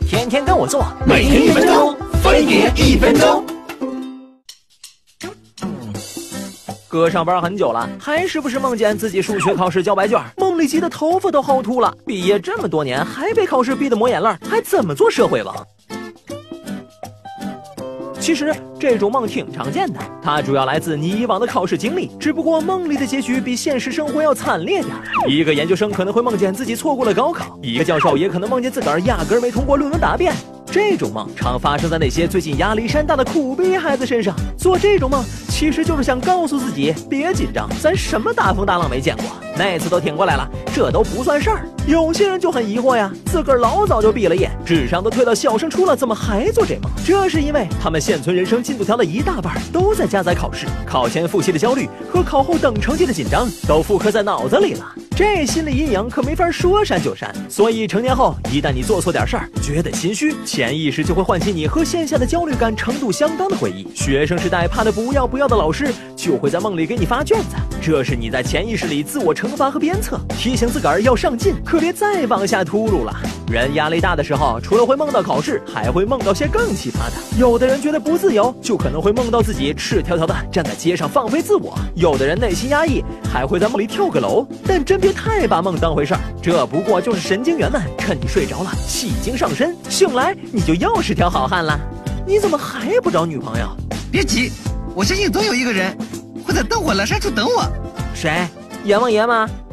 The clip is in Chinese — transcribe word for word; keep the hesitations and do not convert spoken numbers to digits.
天天跟我做， 每天一分钟，飞碟一分钟。 哥上班很久了，还时不时梦见自己数学考试交白卷，梦里急得头发都薅秃了。毕业这么多年，还被考试逼得抹眼泪，还怎么做社会网？其实这种梦挺常见的，它主要来自你以往的考试经历，只不过梦里的结局比现实生活要惨烈点。一个研究生可能会梦见自己错过了高考，一个教授也可能梦见自个儿压根儿没通过论文答辩。这种梦常发生在那些最近压力山大的苦逼孩子身上。做这种梦其实就是想告诉自己别紧张，咱什么大风大浪没见过，那次都挺过来了，这都不算事儿。有些人就很疑惑呀，自个儿老早就毕了业，智商都退到小升初了，怎么还做这梦？这是因为他们现存人生进度条的一大半都在加载考试，考前复习的焦虑和考后等成绩的紧张都复刻在脑子里了。这心理阴影可没法说删就删，所以成年后一旦你做错点事儿，觉得心虚，潜意识就会唤起你和线下的焦虑感程度相当的回忆。学生时代怕的不要不要的老师就会在梦里给你发卷子，这是你在潜意识里自我惩罚和鞭策，提醒自个儿要上进，可别再往下秃噜了。人压力大的时候，除了会梦到考试，还会梦到些更奇葩的。有的人觉得不自由，就可能会梦到自己赤条条的站在街上放飞自我；有的人内心压抑，还会在梦里跳个楼。但真别太把梦当回事儿，这不过就是神经元们趁你睡着了，戏精上身，醒来你就又是条好汉了。你怎么还不找女朋友？ 别急，我相信总有一个人会在灯火阑珊处等我。 谁？阎王爷吗？